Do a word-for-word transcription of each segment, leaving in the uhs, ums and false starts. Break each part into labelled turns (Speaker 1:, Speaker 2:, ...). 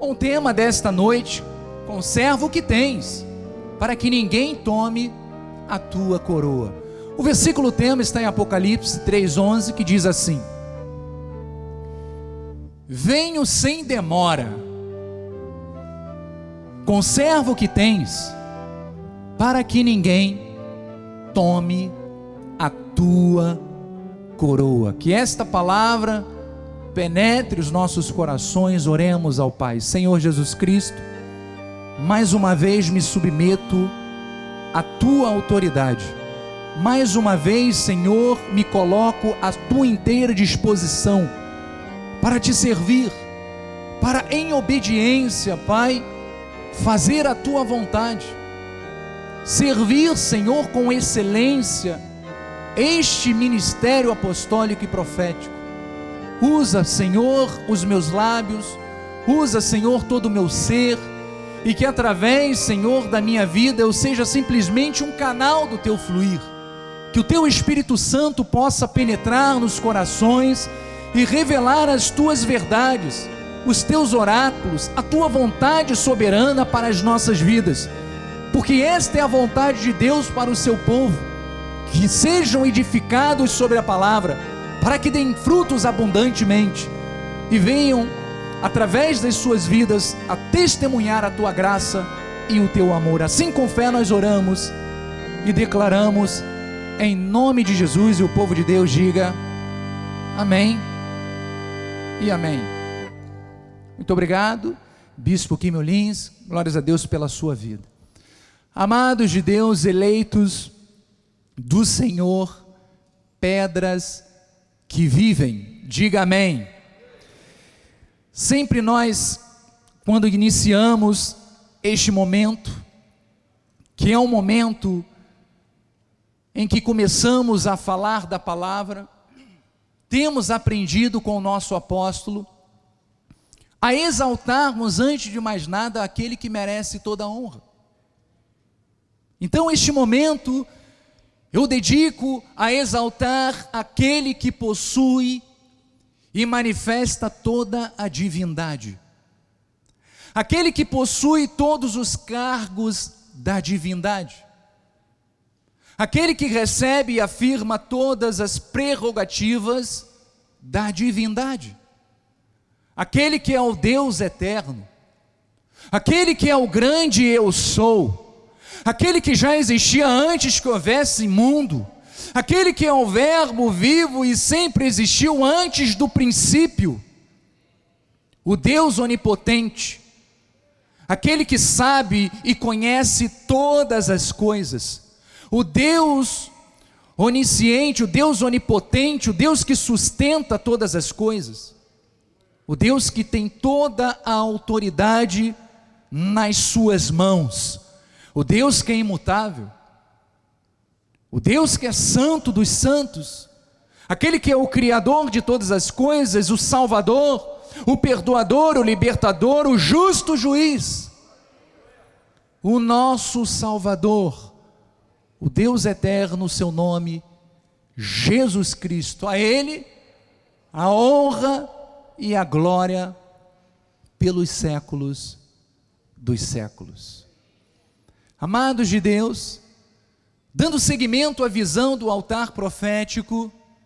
Speaker 1: Com o tema desta noite: conserva o que tens, para que ninguém tome a tua coroa. O versículo tema está em Apocalipse três, onze, que diz assim: venho sem demora, conserva o que tens, para que ninguém tome a tua coroa. Que esta palavra penetre os nossos corações. Oremos ao Pai. Senhor Jesus Cristo, mais uma vez me submeto à tua autoridade. Mais uma vez, Senhor, me coloco à tua inteira disposição para te servir, para em obediência, Pai, fazer a tua vontade, servir, Senhor, com excelência este ministério apostólico e profético. Usa, Senhor, os meus lábios, usa, Senhor, todo o meu ser, e que através, Senhor, da minha vida eu seja simplesmente um canal do teu fluir, que o teu Espírito Santo possa penetrar nos corações e revelar as tuas verdades, os teus oráculos, a tua vontade soberana para as nossas vidas, porque esta é a vontade de Deus para o seu povo, que sejam edificados sobre a palavra, para que deem frutos abundantemente, e venham, através das suas vidas, a testemunhar a tua graça e o teu amor. Assim, com fé, nós oramos e declaramos em nome de Jesus, e o povo de Deus diga amém e amém. Muito obrigado, Bispo Quimio Lins, glórias a Deus pela sua vida. Amados de Deus, eleitos do Senhor, pedras que vivem, diga amém. Sempre nós, quando iniciamos este momento, que é um momento em que começamos a falar da palavra, temos aprendido com o nosso apóstolo a exaltarmos antes de mais nada aquele que merece toda a honra. Então este momento eu dedico a exaltar aquele que possui e manifesta toda a divindade, aquele que possui todos os cargos da divindade, aquele que recebe e afirma todas as prerrogativas da divindade, aquele que é o Deus eterno, aquele que é o grande eu sou, aquele que já existia antes que houvesse mundo, aquele que é o verbo vivo e sempre existiu antes do princípio, o Deus onipotente, aquele que sabe e conhece todas as coisas, o Deus onisciente, o Deus onipotente, o Deus que sustenta todas as coisas, o Deus que tem toda a autoridade nas suas mãos, o Deus que é imutável, o Deus que é santo dos santos, aquele que é o Criador de todas as coisas, o Salvador, o Perdoador, o Libertador, o justo juiz, o nosso Salvador, o Deus eterno, seu nome, Jesus Cristo. A Ele a honra e a glória pelos séculos dos séculos. Amados de Deus, dando seguimento à visão do altar profético,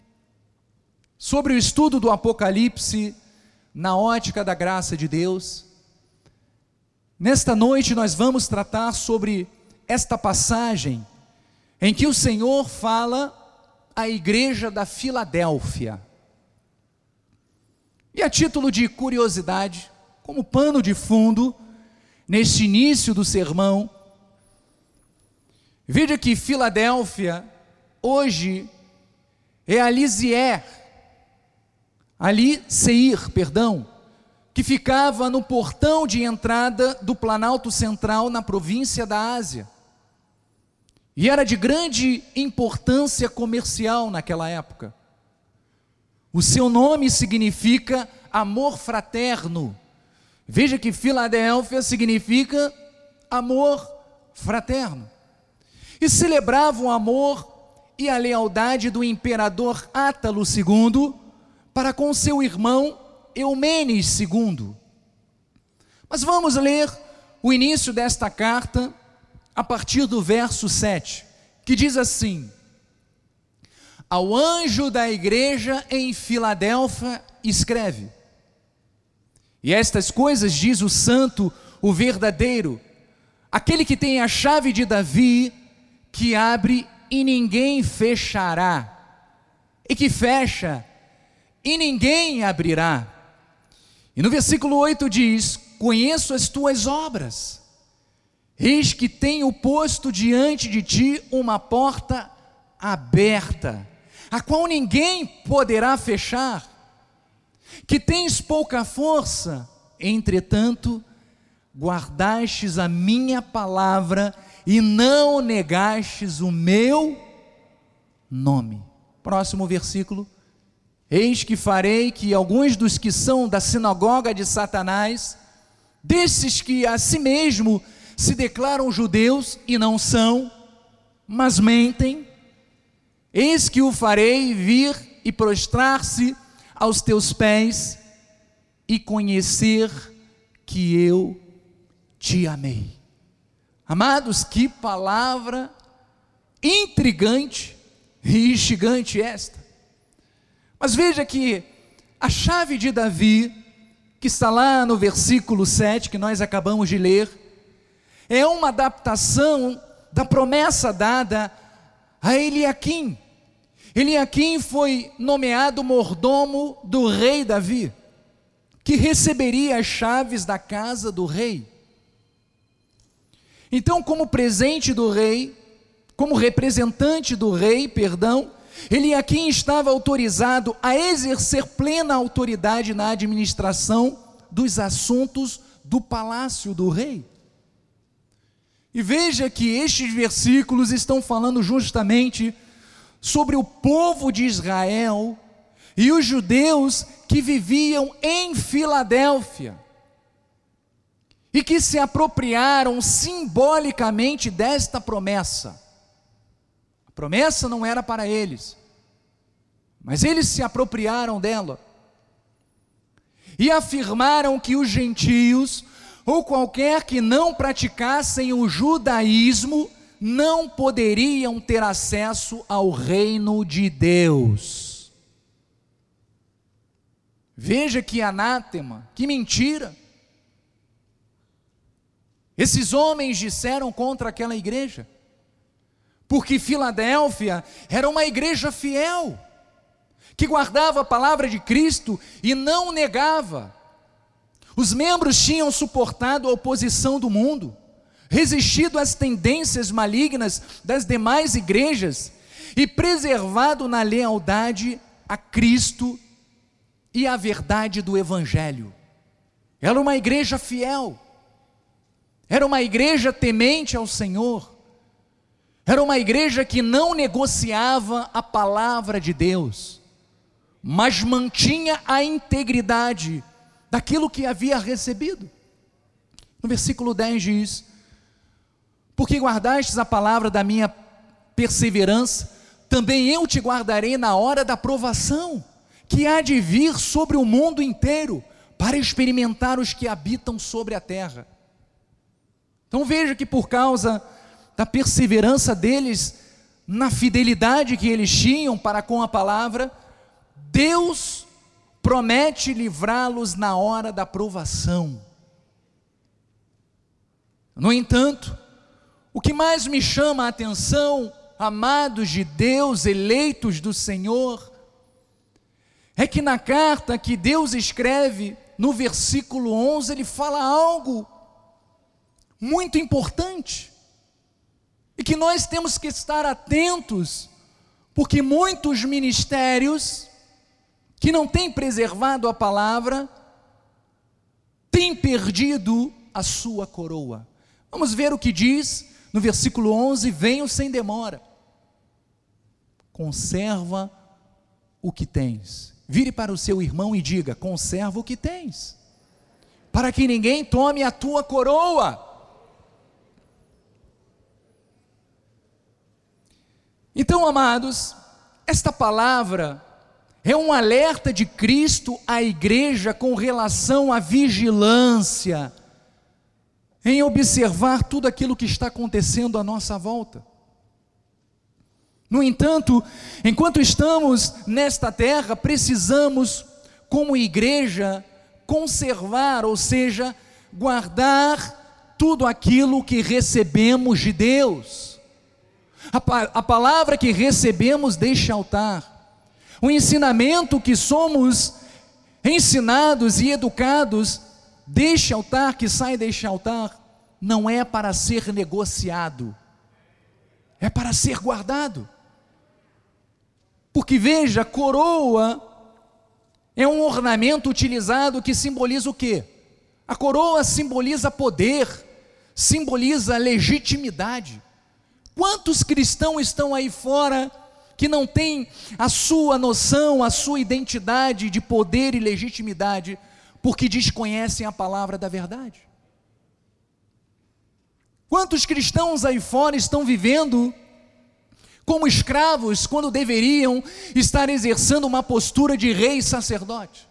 Speaker 1: sobre o estudo do Apocalipse, na ótica da graça de Deus, nesta noite nós vamos tratar sobre esta passagem, em que o Senhor fala à igreja da Filadélfia. E a título de curiosidade, como pano de fundo, neste início do sermão, veja que Filadélfia, hoje, é a Lisier, ali Seir, perdão, que ficava no portão de entrada do Planalto Central na província da Ásia, e era de grande importância comercial naquela época. O seu nome significa amor fraterno. Veja que Filadélfia significa amor fraterno. E celebrava o amor e a lealdade do imperador Átalo segundo para com seu irmão Eumenes segundo. Mas vamos ler o início desta carta a partir do verso sete, que diz assim: ao anjo da igreja em Filadélfia escreve: e estas coisas diz o santo, o verdadeiro, aquele que tem a chave de Davi, que abre e ninguém fechará, e que fecha e ninguém abrirá. E no versículo oito diz: conheço as tuas obras, eis que tenho posto diante de ti uma porta aberta, a qual ninguém poderá fechar, que tens pouca força, entretanto guardastes a minha palavra e não negastes o meu nome. Próximo versículo: eis que farei que alguns dos que são da sinagoga de Satanás, desses que a si mesmo se declaram judeus e não são, mas mentem, eis que o farei vir e prostrar-se aos teus pés e conhecer que eu te amei. Amados, que palavra intrigante e instigante esta. Mas veja que a chave de Davi, que está lá no versículo sete, que nós acabamos de ler, é uma adaptação da promessa dada a Eliaquim. Eliaquim foi nomeado mordomo do rei Davi, que receberia as chaves da casa do rei. Então, como presente do rei, como representante do rei, perdão, Eliaquim estava autorizado a exercer plena autoridade na administração dos assuntos do palácio do rei. E veja que estes versículos estão falando justamente sobre o povo de Israel e os judeus que viviam em Filadélfia e que se apropriaram simbolicamente desta promessa. A promessa não era para eles, mas eles se apropriaram dela e afirmaram que os gentios, ou qualquer que não praticassem o judaísmo, não poderiam ter acesso ao reino de Deus. Veja que anátema, que mentira. Esses homens disseram contra aquela igreja, porque Filadélfia era uma igreja fiel, que guardava a palavra de Cristo e não negava. Os membros tinham suportado a oposição do mundo, resistido às tendências malignas das demais igrejas e preservado na lealdade a Cristo e à verdade do Evangelho. Era uma igreja fiel, era uma igreja temente ao Senhor, era uma igreja que não negociava a palavra de Deus, mas mantinha a integridade daquilo que havia recebido. No versículo dez diz: porque guardastes a palavra da minha perseverança, também eu te guardarei na hora da provação, que há de vir sobre o mundo inteiro, para experimentar os que habitam sobre a terra. Então veja que por causa da perseverança deles, na fidelidade que eles tinham para com a palavra, Deus promete livrá-los na hora da provação. No entanto, o que mais me chama a atenção, amados de Deus, eleitos do Senhor, é que na carta que Deus escreve, no versículo onze, ele fala algo muito importante, e que nós temos que estar atentos, porque muitos ministérios que não têm preservado a palavra, têm perdido a sua coroa. Vamos ver o que diz no versículo onze: venho sem demora, conserva o que tens. Vire para o seu irmão e diga: conserva o que tens, para que ninguém tome a tua coroa. Então, amados, esta palavra é um alerta de Cristo à igreja com relação à vigilância em observar tudo aquilo que está acontecendo à nossa volta. No entanto, enquanto estamos nesta terra, precisamos, como igreja, conservar, ou seja, guardar tudo aquilo que recebemos de Deus. A, a palavra que recebemos deste altar, o ensinamento que somos ensinados e educados deste altar, que sai deste altar, não é para ser negociado, é para ser guardado. Porque veja, coroa é um ornamento utilizado que simboliza o quê? A coroa simboliza poder, simboliza legitimidade. Quantos cristãos estão aí fora que não têm a sua noção, a sua identidade de poder e legitimidade, porque desconhecem a palavra da verdade? Quantos cristãos aí fora estão vivendo como escravos, quando deveriam estar exercendo uma postura de rei e sacerdote?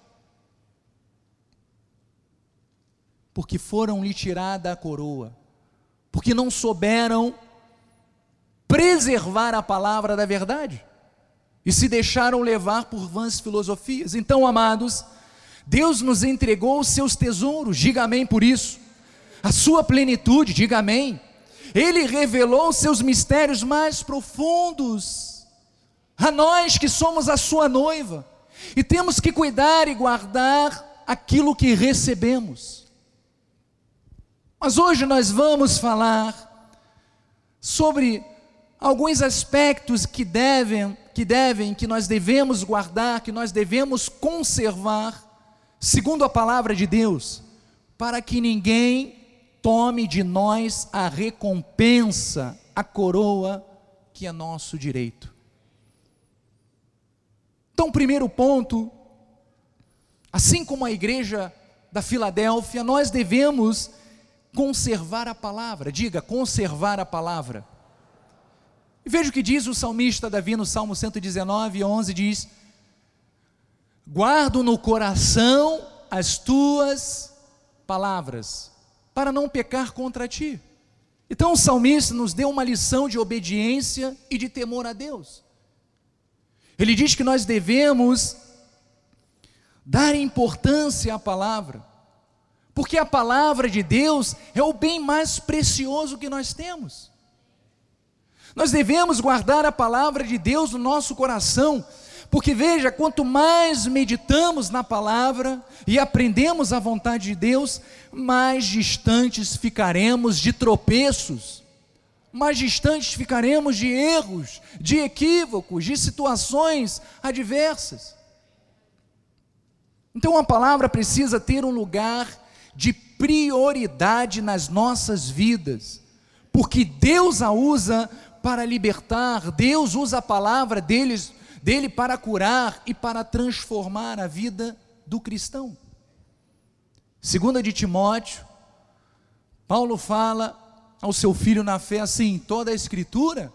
Speaker 1: Porque foram-lhe tirada a coroa, porque não souberam preservar a palavra da verdade, e se deixaram levar por vãs filosofias. Então, amados, Deus nos entregou os seus tesouros, diga amém por isso, a sua plenitude, diga amém. Ele revelou os seus mistérios mais profundos a nós que somos a sua noiva, e temos que cuidar e guardar aquilo que recebemos. Mas hoje nós vamos falar sobre alguns aspectos que devem, que devem, que nós devemos guardar, que nós devemos conservar, segundo a palavra de Deus, para que ninguém tome de nós a recompensa, a coroa que é nosso direito. Então, primeiro ponto, assim como a igreja da Filadélfia, nós devemos conservar a palavra. Diga, conservar a palavra. E veja o que diz o salmista Davi no Salmo cento e dezenove, onze, diz: guardo no coração as tuas palavras, para não pecar contra ti. Então o salmista nos deu uma lição de obediência e de temor a Deus. Ele diz que nós devemos dar importância à palavra, porque a palavra de Deus é o bem mais precioso que nós temos. Nós devemos guardar a palavra de Deus no nosso coração, porque veja, quanto mais meditamos na palavra e aprendemos a vontade de Deus, mais distantes ficaremos de tropeços, mais distantes ficaremos de erros, de equívocos, de situações adversas. Então a palavra precisa ter um lugar de prioridade nas nossas vidas, porque Deus a usa para libertar, Deus usa a palavra deles, dele para curar e para transformar a vida do cristão. Segunda de Timóteo, Paulo fala ao seu filho na fé assim: toda a escritura,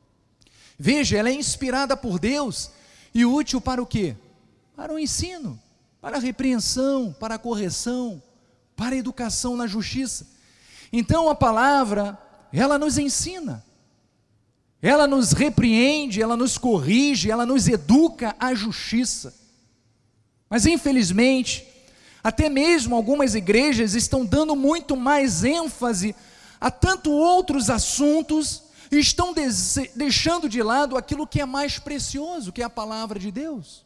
Speaker 1: veja, ela é inspirada por Deus e útil para o quê? Para o ensino, para a repreensão, para a correção, para a educação na justiça. Então a palavra, ela nos ensina, ela nos repreende, ela nos corrige, ela nos educa à justiça. Mas infelizmente, até mesmo algumas igrejas estão dando muito mais ênfase a tanto outros assuntos e estão deixando de lado aquilo que é mais precioso, que é a palavra de Deus.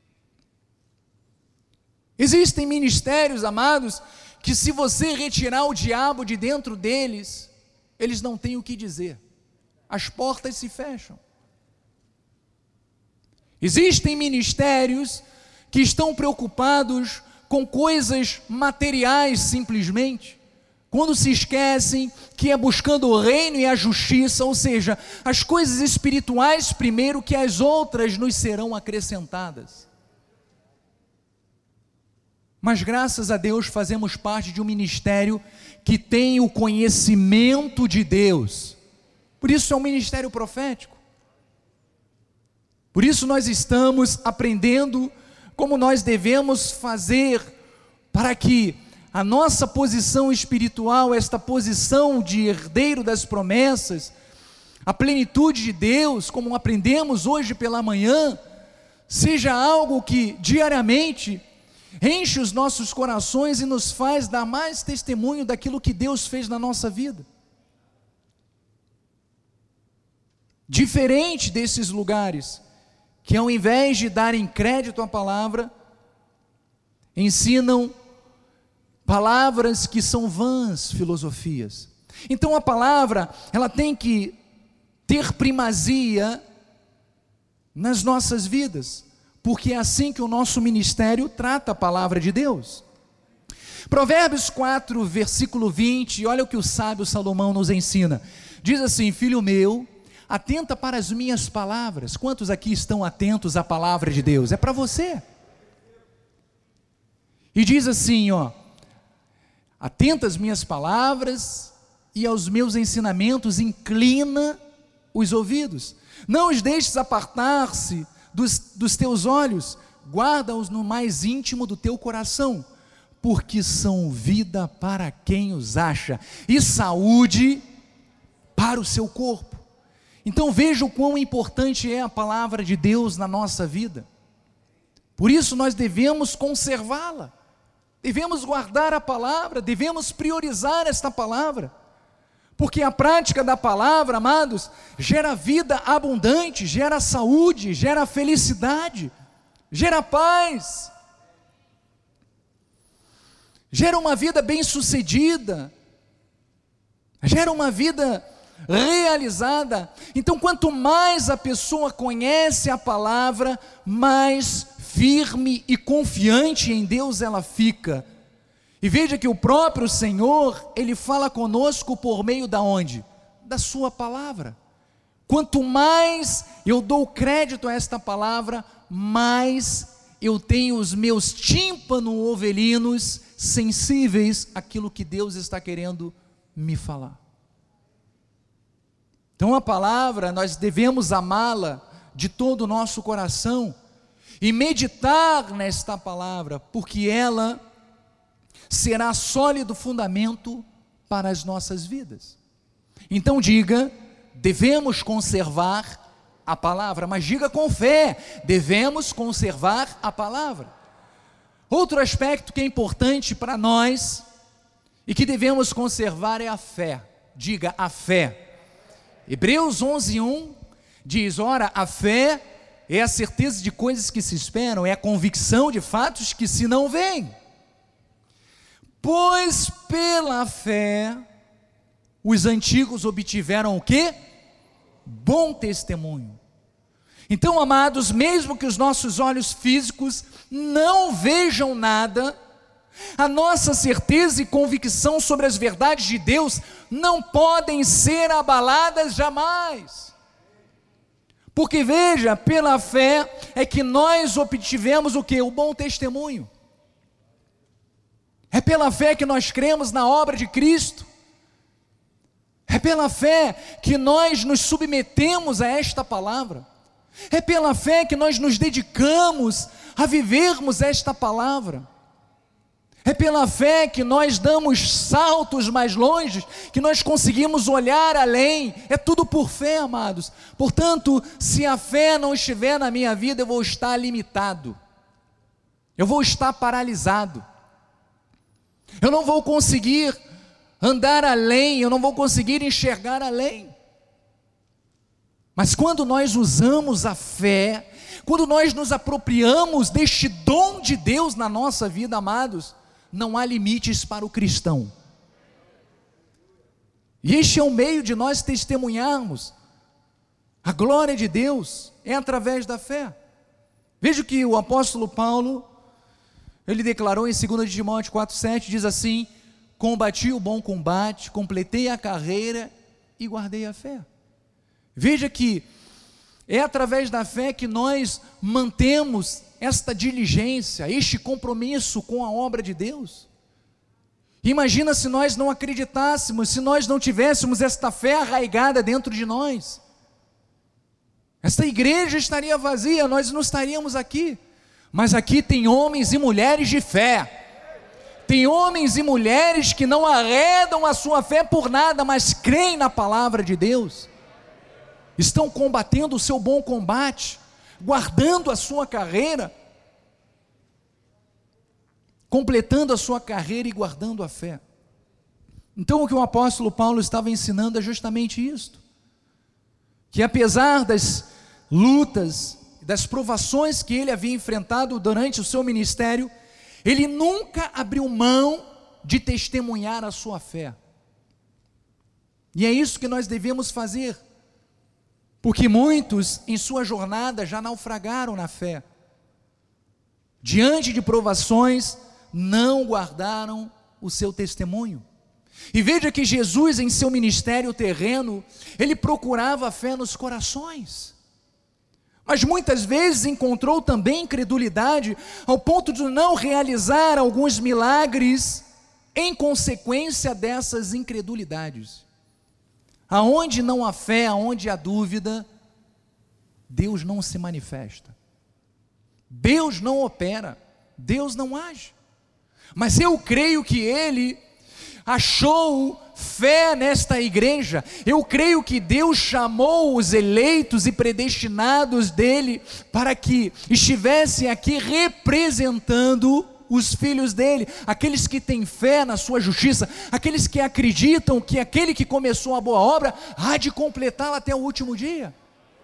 Speaker 1: Existem ministérios, amados, que se você retirar o diabo de dentro deles, eles não têm o que dizer. As portas se fecham. Existem ministérios que estão preocupados com coisas materiais simplesmente, quando se esquecem que é buscando o reino e a justiça, ou seja, as coisas espirituais primeiro, que as outras nos serão acrescentadas. Mas graças a Deus fazemos parte de um ministério que tem o conhecimento de Deus. Por isso é um ministério profético. Por isso nós estamos aprendendo como nós devemos fazer para que a nossa posição espiritual, esta posição de herdeiro das promessas, a plenitude de Deus, como aprendemos hoje pela manhã, seja algo que diariamente enche os nossos corações e nos faz dar mais testemunho daquilo que Deus fez na nossa vida. Diferente desses lugares, que ao invés de darem crédito à palavra, ensinam palavras que são vãs filosofias. Então a palavra, ela tem que ter primazia nas nossas vidas, porque é assim que o nosso ministério trata a palavra de Deus. Provérbios quatro, versículo vinte, olha o que o sábio Salomão nos ensina. Diz assim: filho meu, atenta para as minhas palavras. Quantos aqui estão atentos à palavra de Deus? É para você. E diz assim, ó: atenta às minhas palavras e aos meus ensinamentos, inclina os ouvidos. Não os deixes apartar-se dos, dos teus olhos, guarda-os no mais íntimo do teu coração, porque são vida para quem os acha, e saúde para o seu corpo. Então veja o quão importante é a palavra de Deus na nossa vida. Por isso nós devemos conservá-la, devemos guardar a palavra, devemos priorizar esta palavra, porque a prática da palavra, amados, gera vida abundante, gera saúde, gera felicidade, gera paz, gera uma vida bem-sucedida, gera uma vida realizada. Então, quanto mais a pessoa conhece a palavra, mais firme e confiante em Deus ela fica. E veja que o próprio Senhor, Ele fala conosco por meio da onde? Da sua palavra. Quanto mais eu dou crédito a esta palavra, mais eu tenho os meus tímpanos ovelinos sensíveis àquilo que Deus está querendo me falar. Então a palavra, nós devemos amá-la de todo o nosso coração e meditar nesta palavra, porque ela será sólido fundamento para as nossas vidas. Então diga: devemos conservar a palavra, mas diga com fé: devemos conservar a palavra. Outro aspecto que é importante para nós e que devemos conservar é a fé. Diga: a fé. Hebreus onze, um diz: ora, a fé é a certeza de coisas que se esperam, é a convicção de fatos que se não veem. Pois pela fé os antigos obtiveram o quê? Bom testemunho. Então, amados, mesmo que os nossos olhos físicos não vejam nada, a nossa certeza e convicção sobre as verdades de Deus não podem ser abaladas jamais. Porque veja, pela fé é que nós obtivemos o quê? O bom testemunho. É pela fé que nós cremos na obra de Cristo. É pela fé que nós nos submetemos a esta palavra. É pela fé que nós nos dedicamos a vivermos esta palavra. É pela fé que nós damos saltos mais longe, que nós conseguimos olhar além. É tudo por fé, amados. Portanto, se a fé não estiver na minha vida, eu vou estar limitado. Eu vou estar paralisado. Eu não vou conseguir andar além, eu não vou conseguir enxergar além. Mas quando nós usamos a fé, quando nós nos apropriamos deste dom de Deus na nossa vida, amados, não há limites para o cristão. E este é o meio de nós testemunharmos a glória de Deus, é através da fé. Veja que o apóstolo Paulo, ele declarou em dois Timóteo quatro, sete, diz assim: combati o bom combate, completei a carreira e guardei a fé. Veja que é através da fé que nós mantemos esta diligência, este compromisso com a obra de Deus. Imagina se nós não acreditássemos, se nós não tivéssemos esta fé arraigada dentro de nós. Esta igreja estaria vazia, nós não estaríamos aqui. Mas aqui tem homens e mulheres de fé, Tem homens e mulheres que não arredam a sua fé por nada, mas creem na palavra de Deus, estão combatendo o seu bom combate, guardando a sua carreira, completando a sua carreira e guardando a fé. Então o que o apóstolo Paulo estava ensinando é justamente isto, que apesar das lutas, das provações que ele havia enfrentado durante o seu ministério, ele nunca abriu mão de testemunhar a sua fé. E é isso que nós devemos fazer, porque muitos em sua jornada já naufragaram na fé, diante de provações, não guardaram o seu testemunho. E veja que Jesus, em seu ministério terreno, ele procurava a fé nos corações, mas muitas vezes encontrou também incredulidade, ao ponto de não realizar alguns milagres em consequência dessas incredulidades. Aonde não há fé, aonde há dúvida, Deus não se manifesta, Deus não opera, Deus não age. Mas eu creio que Ele achou fé nesta igreja. Eu creio que Deus chamou os eleitos e predestinados dele para que estivessem aqui representando os filhos dele, aqueles que têm fé na sua justiça, aqueles que acreditam que aquele que começou a boa obra há de completá-la até o último dia.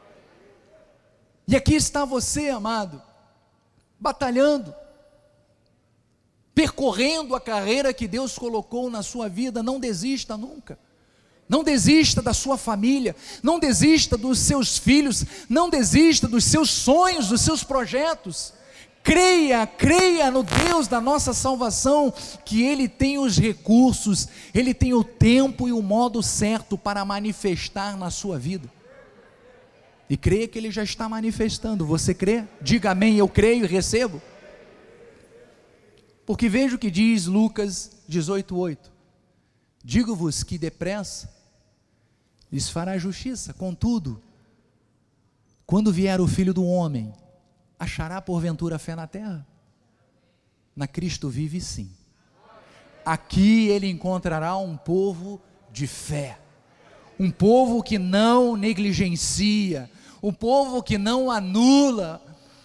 Speaker 1: E aqui está você, amado, batalhando, percorrendo a carreira que Deus colocou na sua vida. Não desista nunca, não desista da sua família, não desista dos seus filhos, não desista dos seus sonhos, dos seus projetos. Creia, creia no Deus da nossa salvação, que Ele tem os recursos, Ele tem o tempo e o modo certo para manifestar na sua vida. E creia que Ele já está manifestando. Você crê? Diga amém, eu creio e recebo. Porque veja o que diz Lucas dezoito, oito. Digo-vos que depressa lhes fará justiça. Contudo, quando vier o Filho do Homem, achará porventura fé na terra? Na Cristo vive sim. Aqui ele encontrará um povo de fé, um povo que não negligencia, um povo que não anula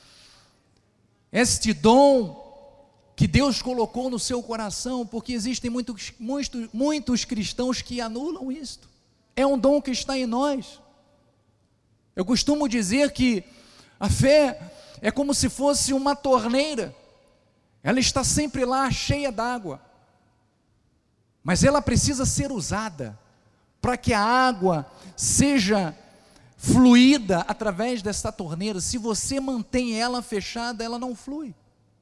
Speaker 1: este dom que Deus colocou no seu coração, porque existem muitos, muitos, muitos cristãos que anulam isto. É um dom que está em nós. Eu costumo dizer que a fé é como se fosse uma torneira, ela está sempre lá cheia d'água, mas ela precisa ser usada, para que a água seja fluída através dessa torneira. Se você mantém ela fechada, ela não flui.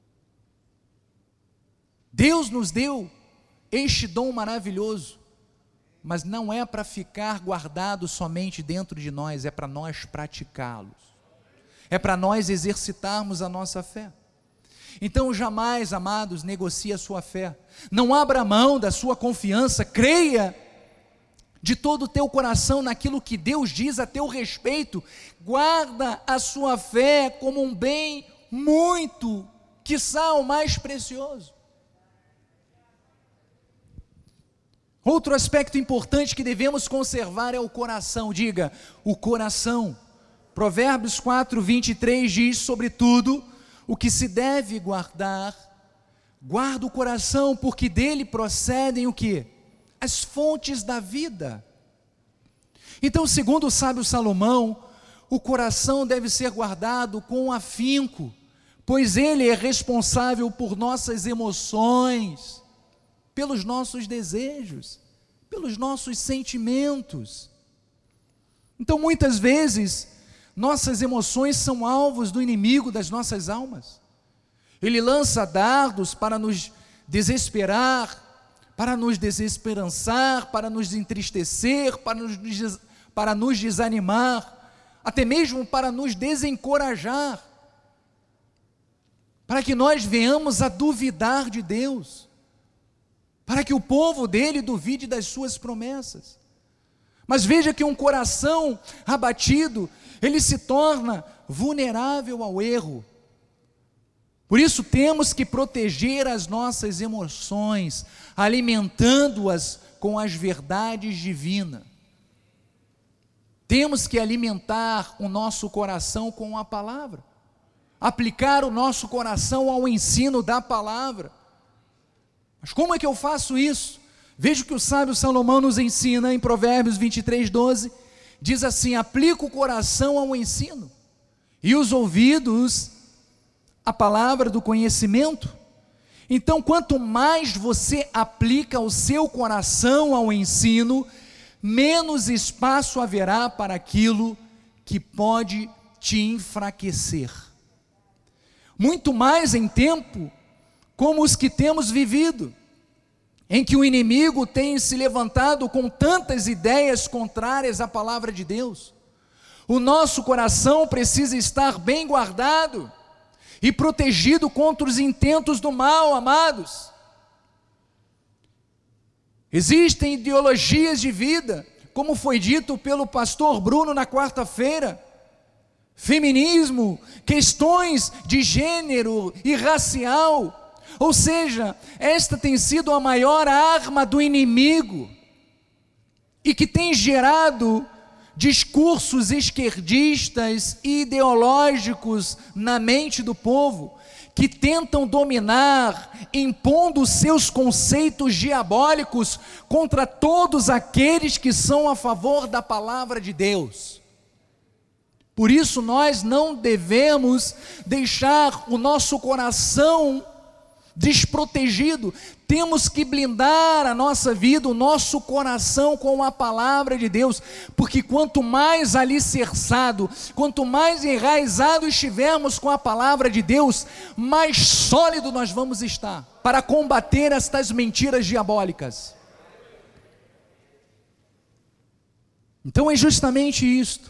Speaker 1: Deus nos deu este dom maravilhoso, mas não é para ficar guardado somente dentro de nós, é para nós praticá-los, é para nós exercitarmos a nossa fé. Então jamais, amados, negocie a sua fé, não abra mão da sua confiança, creia de todo o teu coração naquilo que Deus diz a teu respeito, guarda a sua fé como um bem muito, quiçá o mais precioso. Outro aspecto importante que devemos conservar é o coração. Diga, o coração. Provérbios quatro, vinte e três diz: sobretudo, o que se deve guardar, guarda o coração, porque dele procedem o quê? As fontes da vida. Então, segundo o sábio Salomão, o coração deve ser guardado com afinco, pois ele é responsável por nossas emoções, pelos nossos desejos, pelos nossos sentimentos. Então muitas vezes nossas emoções são alvos do inimigo das nossas almas. Ele lança dardos para nos desesperar, para nos desesperançar, para nos entristecer, para nos, para nos desanimar, até mesmo para nos desencorajar, para que nós venhamos a duvidar de Deus, para que o povo dele duvide das suas promessas. Mas veja que um coração abatido, ele se torna vulnerável ao erro, Por isso temos que proteger as nossas emoções, alimentando-as com as verdades divinas. Temos que alimentar o nosso coração com a palavra, aplicar o nosso coração ao ensino da palavra. Mas como é que eu faço isso? Veja o que o sábio Salomão nos ensina em Provérbios vinte e três, doze, diz assim: aplica o coração ao ensino, e os ouvidos à palavra do conhecimento. Então, quanto mais você aplica o seu coração ao ensino, menos espaço haverá para aquilo que pode te enfraquecer. Muito mais em tempo como os que temos vivido, em que o inimigo tem se levantado com tantas ideias contrárias à palavra de Deus. O nosso coração precisa estar bem guardado e protegido contra os intentos do mal, amados. Existem ideologias de vida, como foi dito pelo pastor Bruno na quarta-feira, feminismo, questões de gênero e racial, ou seja, esta tem sido a maior arma do inimigo, e que tem gerado discursos esquerdistas e ideológicos na mente do povo, que tentam dominar, impondo seus conceitos diabólicos contra todos aqueles que são a favor da palavra de Deus. Por isso nós não devemos deixar o nosso coração desprotegido. Temos que blindar a nossa vida, o nosso coração com a palavra de Deus, porque quanto mais alicerçado, quanto mais enraizado estivermos com a palavra de Deus, mais sólido nós vamos estar para combater estas mentiras diabólicas. Então é justamente isto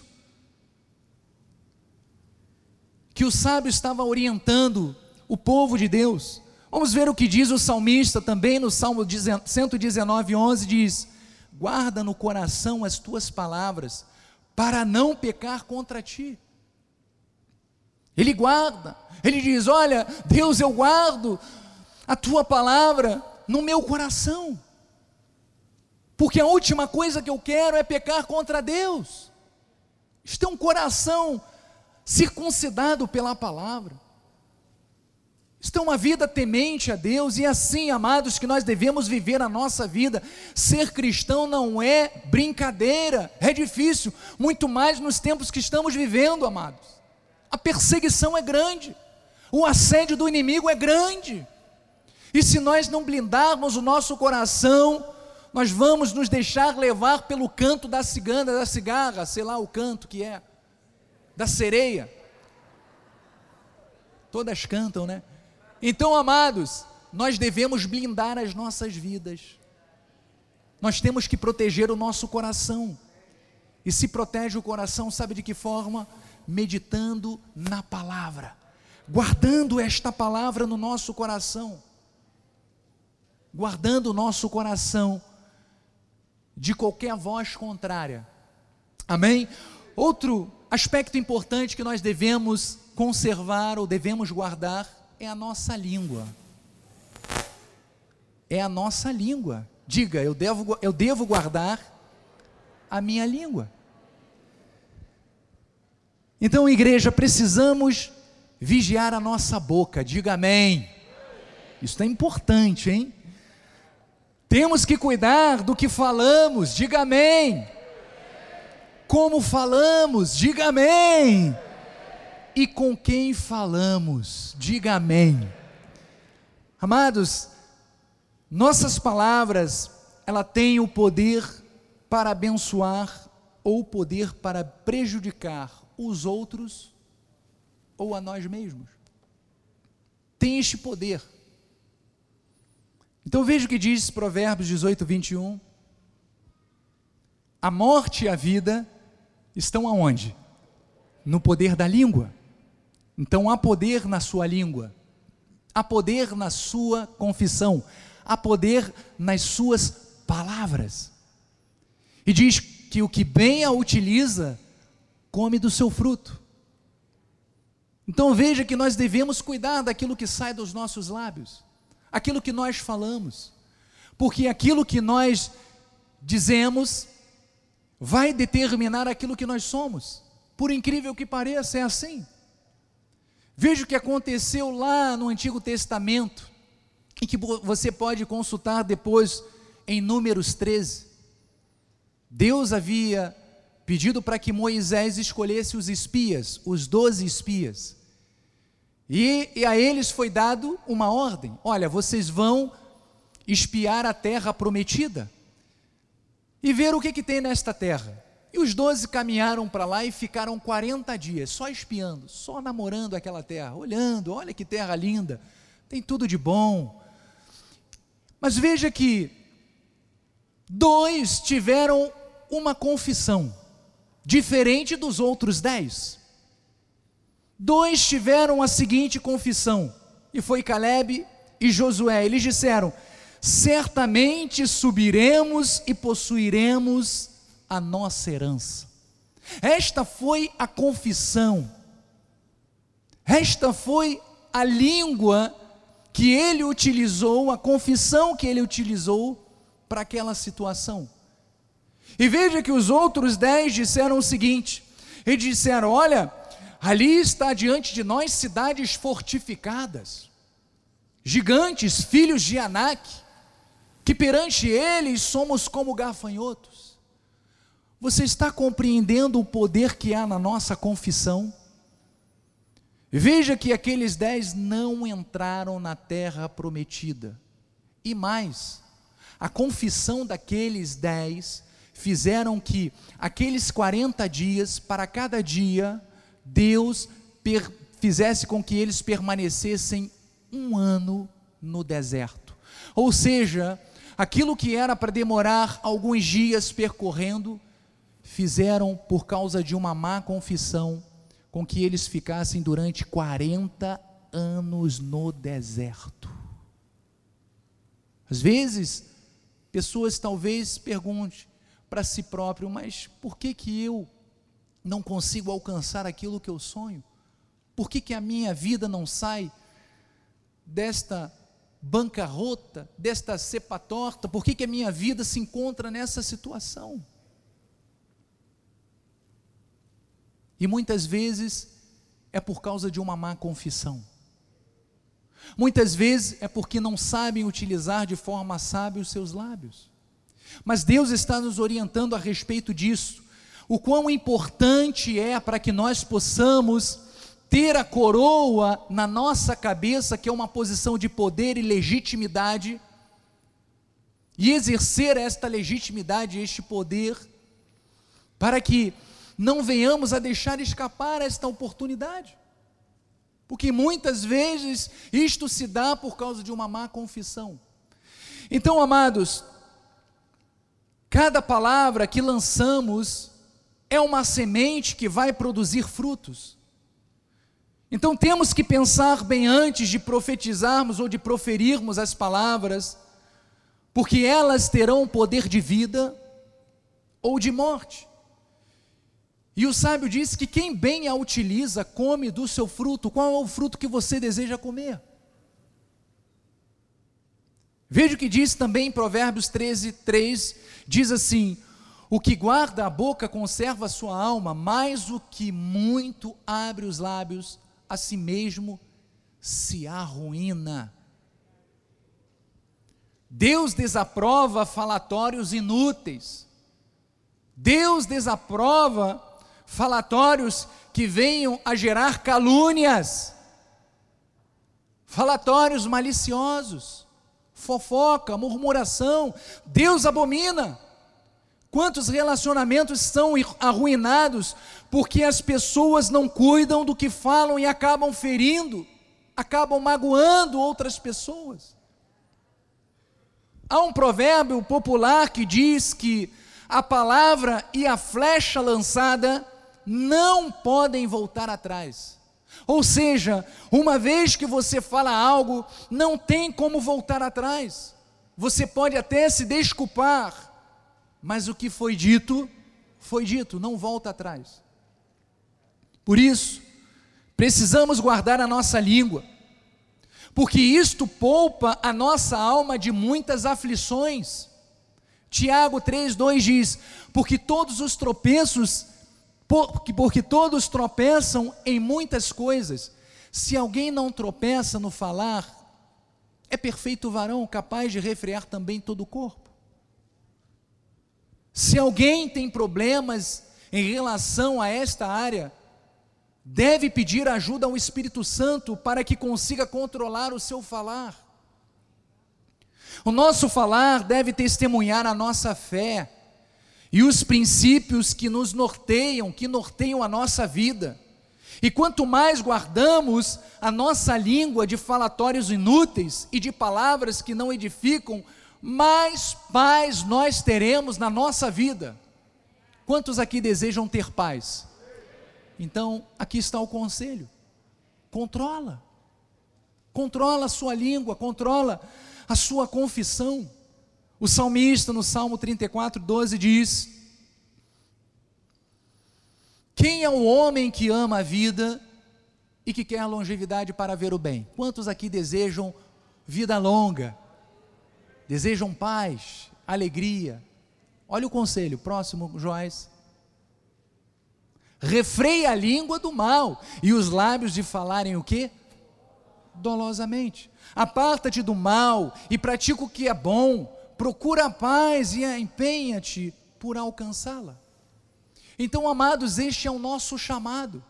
Speaker 1: que o sábio estava orientando o povo de Deus. Vamos ver o que diz o salmista também no Salmo cento e dezenove, onze, diz: guarda no coração as tuas palavras, para não pecar contra ti. Ele guarda, ele diz: olha, Deus, eu guardo a tua palavra no meu coração, porque a última coisa que eu quero é pecar contra Deus. Isto é um coração circuncidado pela palavra. Isto é uma vida temente a Deus, e assim, amados, que nós devemos viver a nossa vida. Ser cristão não é brincadeira, é difícil, muito mais nos tempos que estamos vivendo, amados. A perseguição é grande, o assédio do inimigo é grande, e se nós não blindarmos o nosso coração, nós vamos nos deixar levar pelo canto da cigana, da cigarra, sei lá o canto que é, da sereia. Todas cantam, né? Então, amados, nós devemos blindar as nossas vidas. Nós temos que proteger o nosso coração. E se protege o coração, sabe de que forma? Meditando na palavra, guardando esta palavra no nosso coração, guardando o nosso coração de qualquer voz contrária. Amém? Outro aspecto importante que nós devemos conservar ou devemos guardar é a nossa língua. É a nossa língua. Diga, eu devo, eu devo guardar a minha língua. Então, igreja, precisamos vigiar a nossa boca. Diga amém. Isso é importante, hein? Temos que cuidar do que falamos. Diga amém. Como falamos. Diga amém. E com quem falamos, diga amém. Amados, nossas palavras, ela tem o poder para abençoar ou o poder para prejudicar os outros ou a nós mesmos. Tem este poder. Então veja o que diz Provérbios dezoito, vinte e um. A morte e a vida estão aonde? No poder da língua. Então há poder na sua língua, há poder na sua confissão, há poder nas suas palavras. E diz que o que bem a utiliza, come do seu fruto. Então veja que nós devemos cuidar daquilo que sai dos nossos lábios, aquilo que nós falamos, porque aquilo que nós dizemos vai determinar aquilo que nós somos. Por incrível que pareça, é assim. Veja o que aconteceu lá no Antigo Testamento, e que você pode consultar depois em Números treze. Deus havia pedido para que Moisés escolhesse os espias, os doze espias, e, e a eles foi dado uma ordem: olha, vocês vão espiar a terra prometida, e ver o que, que tem nesta terra. E os doze caminharam para lá e ficaram quarenta dias, só espiando, só namorando aquela terra, olhando, olha que terra linda, tem tudo de bom. Mas veja que dois tiveram uma confissão, diferente dos outros dez. Dois tiveram a seguinte confissão, e foi Calebe e Josué. Eles disseram: certamente subiremos e possuiremos a nossa herança. Esta foi a confissão, esta foi a língua que ele utilizou, a confissão que ele utilizou para aquela situação. E veja que os outros dez disseram o seguinte: eles disseram: olha, ali está diante de nós cidades fortificadas, gigantes, filhos de Anak, que perante eles somos como gafanhotos. Você está compreendendo o poder que há na nossa confissão? Veja que aqueles dez não entraram na terra prometida. E mais, a confissão daqueles dez fizeram que aqueles quarenta dias, para cada dia, Deus per, fizesse com que eles permanecessem um ano no deserto. Ou seja, aquilo que era para demorar alguns dias percorrendo, fizeram por causa de uma má confissão, com que eles ficassem durante quarenta anos no deserto. Às vezes, pessoas talvez perguntem para si próprio: mas por que que eu não consigo alcançar aquilo que eu sonho? Por que que a minha vida não sai desta bancarrota, desta cepa torta? Por que que a minha vida se encontra nessa situação? E muitas vezes é por causa de uma má confissão. Muitas vezes é porque não sabem utilizar de forma sábia os seus lábios. Mas Deus está nos orientando a respeito disso. O quão importante é para que nós possamos ter a coroa na nossa cabeça, que é uma posição de poder e legitimidade, e exercer esta legitimidade, este poder, para que não venhamos a deixar escapar esta oportunidade, porque muitas vezes isto se dá por causa de uma má confissão. Então, amados, cada palavra que lançamos é uma semente que vai produzir frutos. Então temos que pensar bem antes de profetizarmos ou de proferirmos as palavras, porque elas terão poder de vida ou de morte. E o sábio disse que quem bem a utiliza, come do seu fruto. Qual é o fruto que você deseja comer? Veja o que diz também em Provérbios treze, três, diz assim: o que guarda a boca conserva a sua alma, mas o que muito abre os lábios, a si mesmo se arruína. Deus desaprova falatórios inúteis. Deus desaprova falatórios que venham a gerar calúnias, falatórios maliciosos, fofoca, murmuração. Deus abomina. Quantos relacionamentos são arruinados porque as pessoas não cuidam do que falam e acabam ferindo, acabam magoando outras pessoas. Há um provérbio popular que diz que a palavra e a flecha lançada não podem voltar atrás. Ou seja, uma vez que você fala algo, não tem como voltar atrás. Você pode até se desculpar, mas o que foi dito, foi dito, não volta atrás. Por isso, Precisamos guardar a nossa língua, porque isto poupa a nossa alma de muitas aflições. Tiago três, dois diz: porque todos os tropeços, porque, porque todos tropeçam em muitas coisas. Se alguém não tropeça no falar, é perfeito varão, capaz de refrear também todo o corpo. Se alguém tem problemas em relação a esta área, deve pedir ajuda ao Espírito Santo para que consiga controlar o seu falar. O nosso falar deve testemunhar a nossa fé e os princípios que nos norteiam, que norteiam a nossa vida. E quanto mais guardamos a nossa língua de falatórios inúteis e de palavras que não edificam, mais paz nós teremos na nossa vida. Quantos aqui desejam ter paz? Então, aqui está o conselho: controla, controla a sua língua, controla a sua confissão. O salmista no Salmo trinta e quatro, doze diz: quem é o homem que ama a vida e que quer a longevidade para ver o bem? Quantos aqui desejam vida longa, desejam paz, alegria? Olha o conselho, próximo, Joás. Refreia a língua do mal e os lábios de falarem o quê? Dolosamente. Aparta-te do mal e pratica o que é bom, procura a paz e empenha-te por alcançá-la. Então, amados, este é o nosso chamado.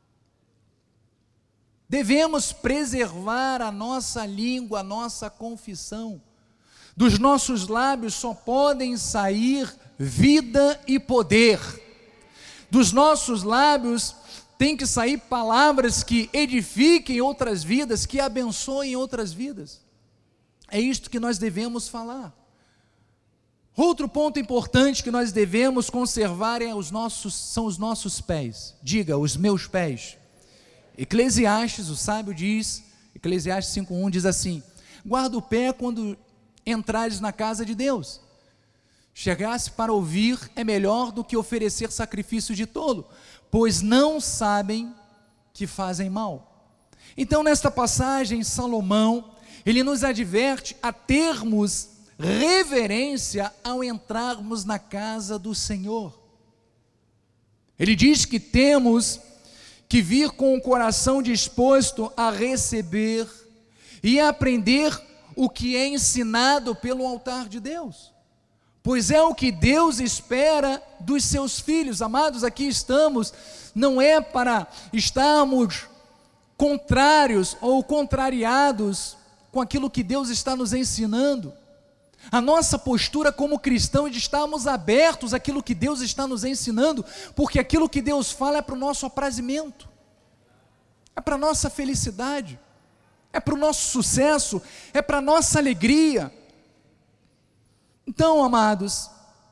Speaker 1: Devemos preservar a nossa língua, a nossa confissão. Dos nossos lábios só podem sair vida e poder. Dos nossos lábios tem que sair palavras que edifiquem outras vidas, que abençoem outras vidas. É isto que nós devemos falar. Outro ponto importante que nós devemos conservar é os nossos, são os nossos pés. Diga, os meus pés. Eclesiastes, o sábio diz, Eclesiastes cinco um diz assim: guarda o pé quando entrares na casa de Deus. Chegasse para ouvir é melhor do que oferecer sacrifício de tolo, pois não sabem que fazem mal. Então, nesta passagem, Salomão, ele nos adverte a termos reverência ao entrarmos na casa do Senhor. Ele diz que temos que vir com o coração disposto a receber e a aprender o que é ensinado pelo altar de Deus. Pois é o que Deus espera dos seus filhos. Amados, aqui estamos, não é para estarmos contrários ou contrariados com aquilo que Deus está nos ensinando. A nossa postura como cristão é de estarmos abertos àquilo que Deus está nos ensinando, porque aquilo que Deus fala é para o nosso aprazimento, é para a nossa felicidade, é para o nosso sucesso, é para a nossa alegria. Então, amados,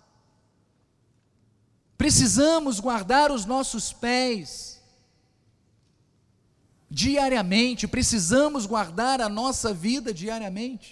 Speaker 1: precisamos guardar os nossos pés diariamente, precisamos guardar a nossa vida diariamente.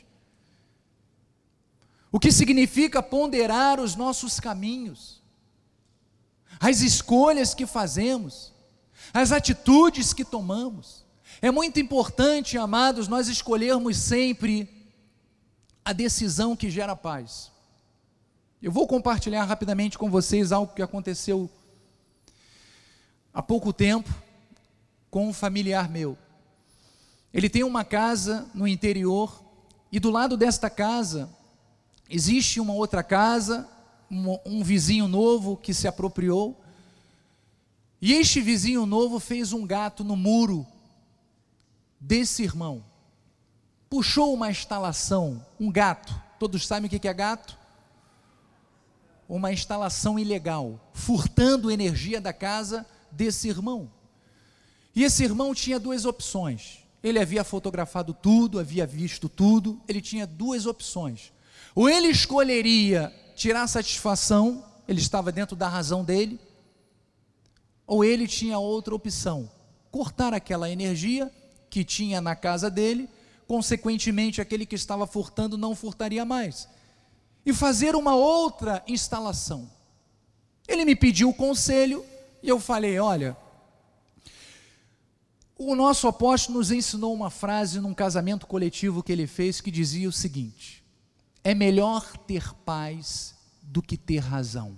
Speaker 1: O que significa ponderar os nossos caminhos, as escolhas que fazemos, as atitudes que tomamos. É muito importante, amados, nós escolhermos sempre a decisão que gera paz. Eu vou compartilhar rapidamente com vocês algo que aconteceu há pouco tempo com um familiar meu. Ele tem uma casa no interior e do lado desta casa existe uma outra casa, um, um vizinho novo que se apropriou, e este vizinho novo fez um gato no muro desse irmão. Puxou uma instalação, um gato. Todos sabem o que é gato? Uma instalação ilegal, furtando energia da casa desse irmão. E esse irmão tinha duas opções. Ele havia fotografado tudo, havia visto tudo. Ele tinha duas opções. Ou ele escolheria tirar satisfação, ele estava dentro da razão dele, ou ele tinha outra opção, cortar aquela energia que tinha na casa dele, consequentemente aquele que estava furtando não furtaria mais, e fazer uma outra instalação. Ele me pediu o conselho, e eu falei: olha, O nosso apóstolo nos ensinou uma frase num casamento coletivo que ele fez, que dizia o seguinte: é melhor ter paz do que ter razão.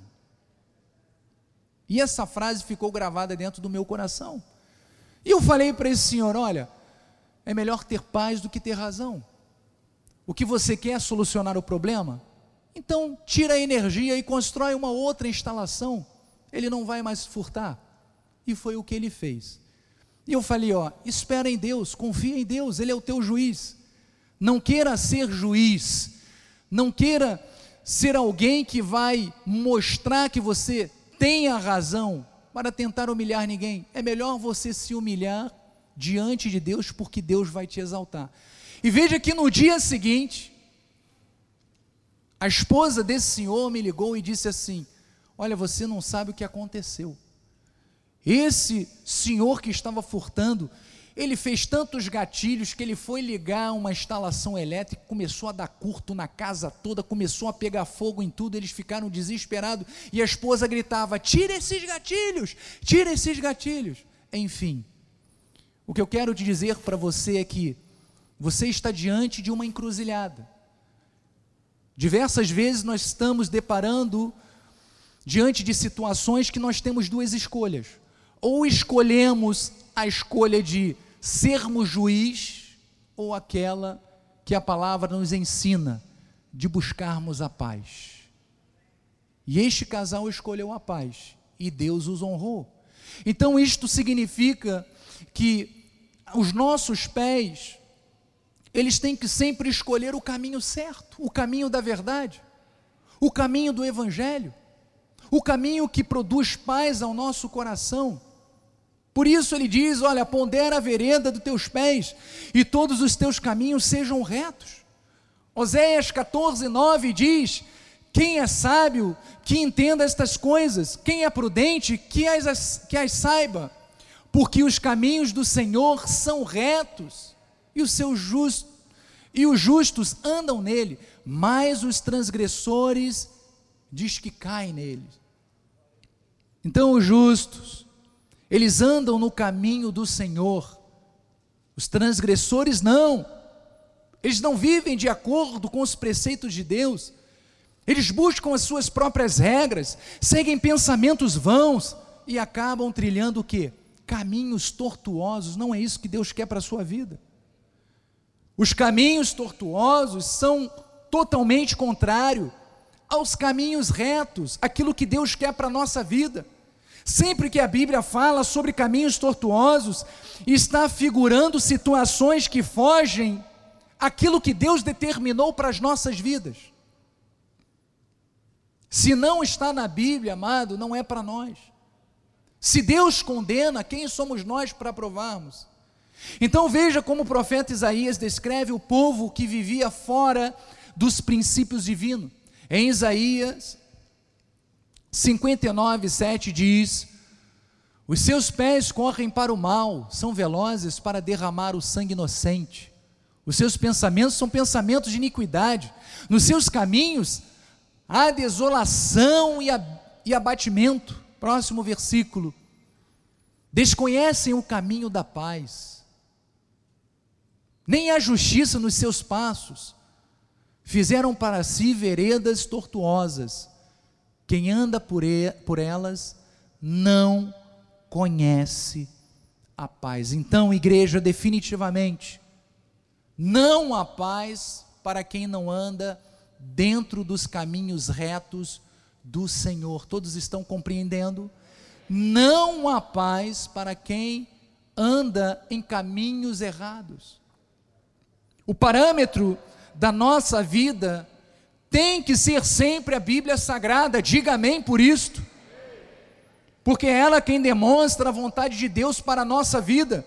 Speaker 1: E essa frase ficou gravada dentro do meu coração. E eu falei para esse senhor: olha, é melhor ter paz do que ter razão. O que você quer é solucionar o problema? Então tira a energia e constrói uma outra instalação, ele não vai mais furtar. E foi o que ele fez. E eu falei: ó, espera em Deus, confia em Deus, Ele é o teu juiz. Não queira ser juiz, não queira ser alguém que vai mostrar que você tem a razão para tentar humilhar ninguém. É melhor você se humilhar diante de Deus, porque Deus vai te exaltar. E veja que no dia seguinte, a esposa desse senhor me ligou e disse assim: olha, você não sabe o que aconteceu. Esse senhor que estava furtando, ele fez tantos gatilhos que ele foi ligar uma instalação elétrica, começou a dar curto na casa toda, começou a pegar fogo em tudo, eles ficaram desesperados, e a esposa gritava: tira esses gatilhos, tira esses gatilhos. Enfim, o que eu quero te dizer para você é que você está diante de uma encruzilhada. Diversas vezes nós estamos deparando diante de situações que nós temos duas escolhas: ou escolhemos a escolha de sermos juiz, ou aquela que a palavra nos ensina, de buscarmos a paz. E este casal escolheu a paz, e Deus os honrou. Então isto significa que os nossos pés, eles têm que sempre escolher o caminho certo, o caminho da verdade, o caminho do evangelho, o caminho que produz paz ao nosso coração. Por isso ele diz: olha, pondera a vereda dos teus pés, e todos os teus caminhos sejam retos. Oséias catorze, nove diz: quem é sábio, que entenda estas coisas, quem é prudente, que as, que as saiba, porque os caminhos do Senhor são retos, e os seus justos, e os justos andam nele, mas os transgressores diz que caem nele. Então os justos, eles andam no caminho do Senhor, os transgressores não, eles não vivem de acordo com os preceitos de Deus, eles buscam as suas próprias regras, seguem pensamentos vãos, e acabam trilhando o quê? Caminhos tortuosos. Não é isso que Deus quer para a sua vida. Os caminhos tortuosos são totalmente contrários aos caminhos retos, aquilo que Deus quer para a nossa vida. Sempre que a Bíblia fala sobre caminhos tortuosos, está figurando situações que fogem àquilo que Deus determinou para as nossas vidas. Se não está na Bíblia, amado, não é para nós. Se Deus condena, quem somos nós para provarmos? Então veja como o profeta Isaías descreve o povo que vivia fora dos princípios divinos. Em Isaías cinquenta e nove, sete diz: os seus pés correm para o mal, são velozes para derramar o sangue inocente. Os seus pensamentos são pensamentos de iniquidade. Nos seus caminhos há desolação e, ab- e abatimento. Próximo versículo: desconhecem o caminho da paz, nem a justiça nos seus passos, fizeram para si veredas tortuosas, quem anda por, e, por elas não conhece a paz. Então, igreja, definitivamente, não há paz para quem não anda dentro dos caminhos retos do Senhor. Todos estão compreendendo? Não há paz para quem anda em caminhos errados. O parâmetro da nossa vida tem que ser sempre a Bíblia Sagrada. Diga amém por isto, porque é ela quem demonstra a vontade de Deus para a nossa vida.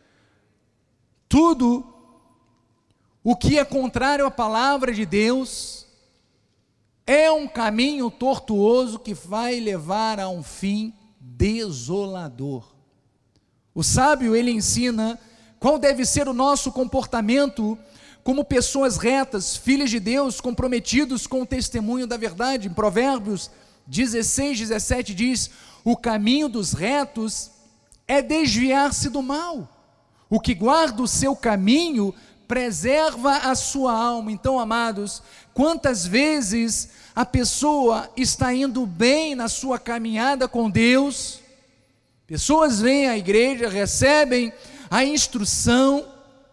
Speaker 1: Tudo o que é contrário à palavra de Deus é um caminho tortuoso que vai levar a um fim desolador. O sábio, ele ensina qual deve ser o nosso comportamento como pessoas retas, filhos de Deus, comprometidos com o testemunho da verdade. Em Provérbios dezesseis, dezessete diz: o caminho dos retos é desviar-se do mal, O que guarda o seu caminho preserva a sua alma. Então, amados, quantas vezes a pessoa está indo bem na sua caminhada com Deus, pessoas vêm à igreja, recebem a instrução,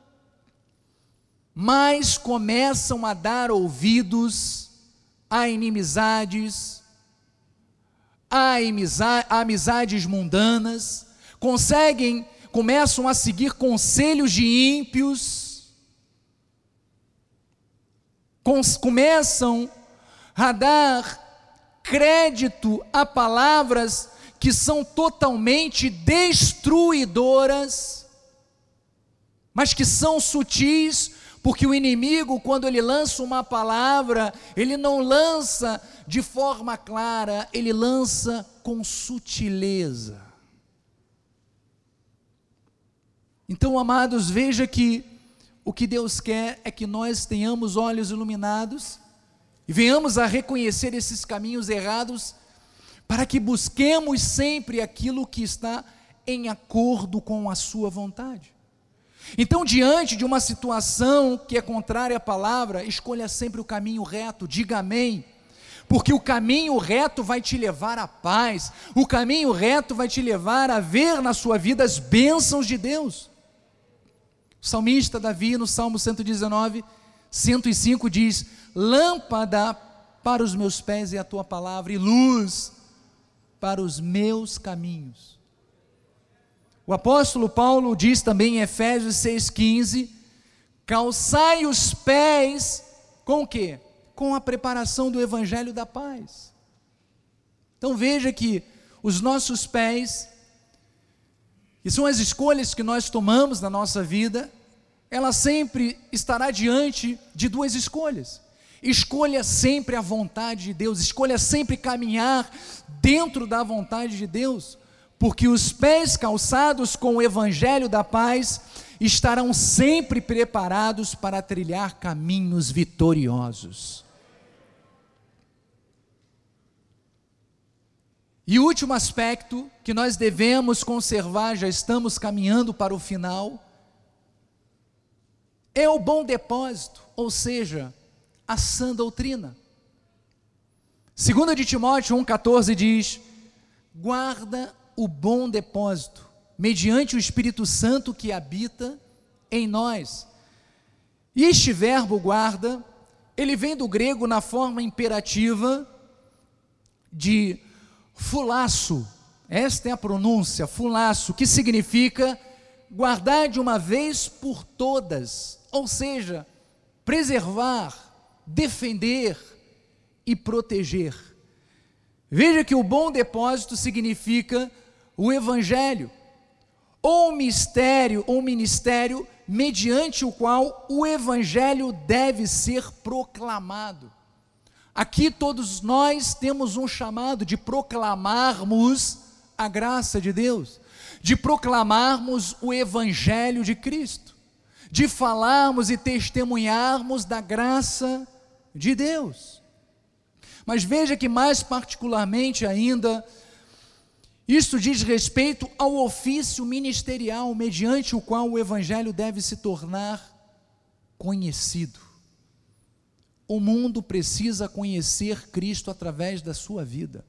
Speaker 1: mas começam a dar ouvidos a inimizades, a amizades mundanas, conseguem, começam a seguir conselhos de ímpios, começam a dar crédito a palavras que são totalmente destruidoras, mas que são sutis, porque o inimigo, quando ele lança uma palavra, ele não lança de forma clara, ele lança com sutileza. Então, amados, veja que o que Deus quer é que nós tenhamos olhos iluminados e venhamos a reconhecer esses caminhos errados, para que busquemos sempre aquilo que está em acordo com a sua vontade. Então, diante de uma situação que é contrária à palavra, escolha sempre o caminho reto, diga amém, porque o caminho reto vai te levar à paz, o caminho reto vai te levar a ver na sua vida as bênçãos de Deus. O salmista Davi, no Salmo cento e dezenove, cento e cinco, diz: lâmpada para os meus pés é a tua palavra, e luz para os meus caminhos. O apóstolo Paulo diz também em Efésios seis, quinze, calçai os pés com o quê? Com a preparação do evangelho da paz. Então veja que os nossos pés, que são as escolhas que nós tomamos na nossa vida, ela sempre estará diante de duas escolhas. Escolha sempre a vontade de Deus, escolha sempre caminhar dentro da vontade de Deus, porque os pés calçados com o evangelho da paz estarão sempre preparados para trilhar caminhos vitoriosos. E o último aspecto que nós devemos conservar, já estamos caminhando para o final, é o bom depósito, ou seja, a sã doutrina. Segunda de Timóteo um, quatorze diz: guarda o bom depósito, mediante o Espírito Santo que habita em nós. E este verbo guarda, ele vem do grego na forma imperativa de fulasso, esta é a pronúncia, fulasso, que significa guardar de uma vez por todas, ou seja, preservar, defender e proteger. Veja que o bom depósito significa o evangelho, ou mistério, ou ministério, mediante o qual o evangelho deve ser proclamado. Aqui todos nós temos um chamado de proclamarmos a graça de Deus, de proclamarmos o evangelho de Cristo, de falarmos e testemunharmos da graça de Deus. Mas veja que mais particularmente ainda, isso diz respeito ao ofício ministerial, mediante o qual o evangelho deve se tornar conhecido. O mundo precisa conhecer Cristo através da sua vida.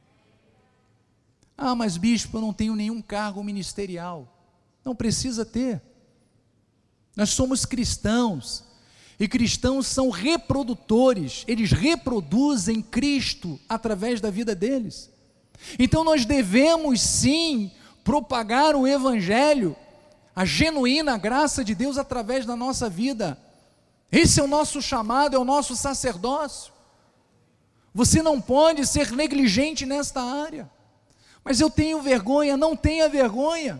Speaker 1: Ah, mas bispo, eu não tenho nenhum cargo ministerial. Não precisa ter. Nós somos cristãos, e cristãos são reprodutores, eles reproduzem Cristo através da vida deles. Então nós devemos sim propagar o evangelho, a genuína graça de Deus através da nossa vida. Esse é o nosso chamado, é o nosso sacerdócio. Você não pode ser negligente nesta área. Mas eu tenho vergonha, não tenha vergonha.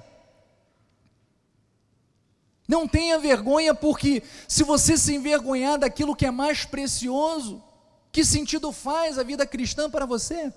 Speaker 1: Não tenha vergonha, porque se você se envergonhar daquilo que é mais precioso, que sentido faz a vida cristã para você?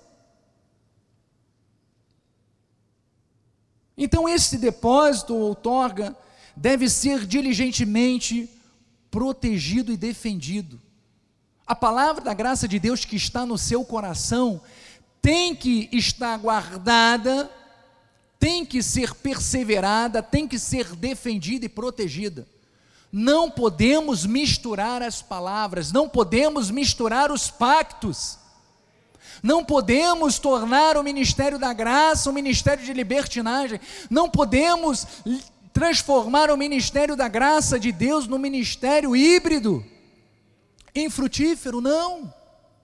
Speaker 1: Então esse depósito ou outorga deve ser diligentemente protegido e defendido. A palavra da graça de Deus que está no seu coração tem que estar guardada tem que ser perseverada, tem que ser defendida e protegida. Não podemos misturar as palavras, não podemos misturar os pactos, não podemos tornar o ministério da graça um ministério de libertinagem, não podemos transformar o ministério da graça de Deus num ministério híbrido, infrutífero, não.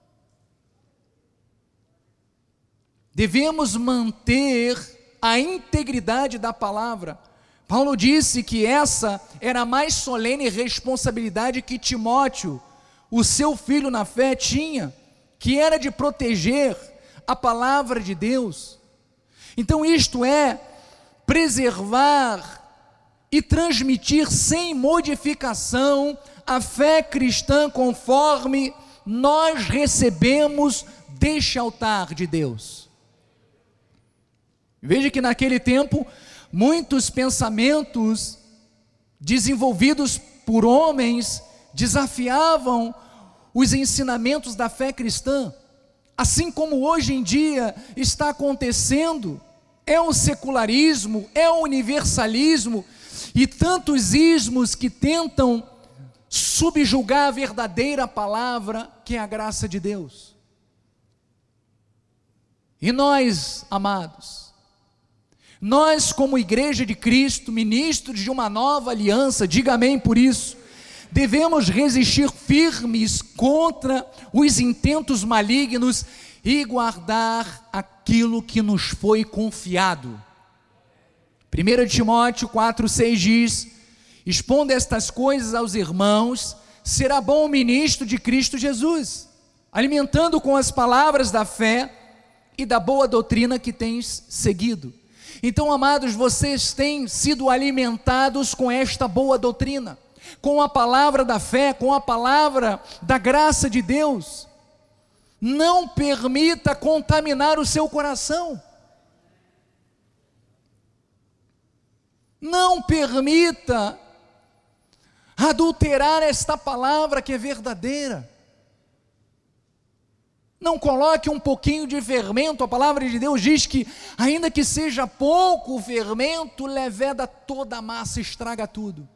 Speaker 1: Devemos manter a integridade da palavra. Paulo disse que essa era a mais solene responsabilidade que Timóteo, o seu filho na fé, tinha, que era de proteger a palavra de Deus. Então isto é preservar e transmitir sem modificação a fé cristã conforme nós recebemos deste altar de Deus. Veja que naquele tempo muitos pensamentos desenvolvidos por homens desafiavam os ensinamentos da fé cristã, assim como hoje em dia está acontecendo. É o secularismo, é o universalismo e tantos ismos que tentam subjugar a verdadeira palavra, que é a graça de Deus. E nós, amados, nós como igreja de Cristo, ministros de uma nova aliança, diga amém por isso, devemos resistir firmes contra os intentos malignos e guardar aquilo que nos foi confiado. primeira Timóteo quatro, seis diz: expondo estas coisas aos irmãos, será bom o ministro de Cristo Jesus, alimentando com as palavras da fé e da boa doutrina que tens seguido. Então, amados, vocês têm sido alimentados com esta boa doutrina, com a palavra da fé, com a palavra da graça de Deus. Não permita contaminar o seu coração. Não permita adulterar esta palavra que é verdadeira. Não coloque um pouquinho de fermento. A palavra de Deus diz que, ainda que seja pouco o fermento, leveda toda a massa, estraga tudo.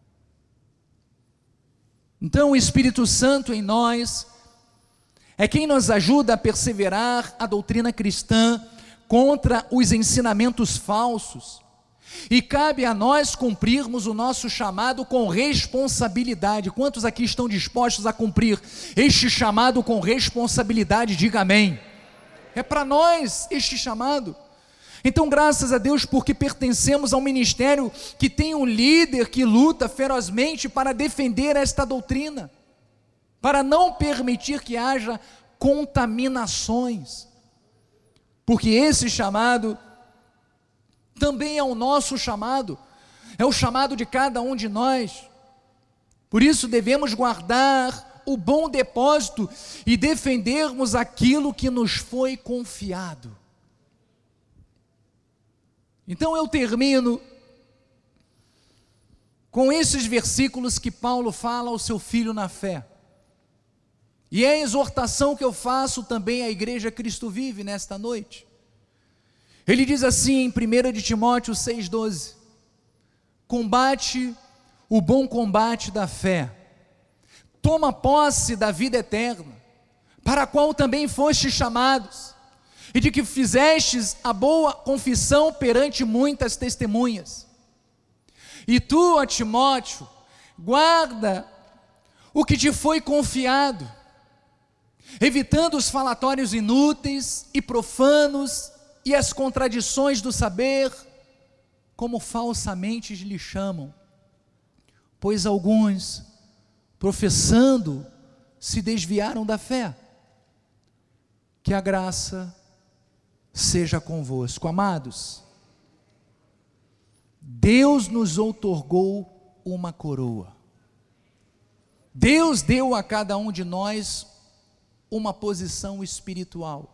Speaker 1: Então o Espírito Santo em nós é quem nos ajuda a perseverar a doutrina cristã contra os ensinamentos falsos. E cabe a nós cumprirmos o nosso chamado com responsabilidade. Quantos aqui estão dispostos a cumprir este chamado com responsabilidade? Diga amém. É para nós este chamado. Então, graças a Deus, porque pertencemos a um ministério que tem um líder que luta ferozmente para defender esta doutrina, para não permitir que haja contaminações, porque esse chamado também é o nosso chamado, é o chamado de cada um de nós. Por isso devemos guardar o bom depósito e defendermos aquilo que nos foi confiado. Então eu termino com esses versículos que Paulo fala ao seu filho na fé, e é a exortação que eu faço também à igreja Cristo Vive nesta noite. Ele diz assim em primeira Timóteo seis, doze: combate o bom combate da fé, toma posse da vida eterna, para a qual também fostes chamados, e de que fizestes a boa confissão perante muitas testemunhas. E tu, ó Timóteo, guarda o que te foi confiado, evitando os falatórios inúteis e profanos, e as contradições do saber, como falsamente lhe chamam, pois alguns, professando, se desviaram da fé. Que a graça seja convosco. Amados, Deus nos outorgou uma coroa. Deus deu a cada um de nós uma posição espiritual,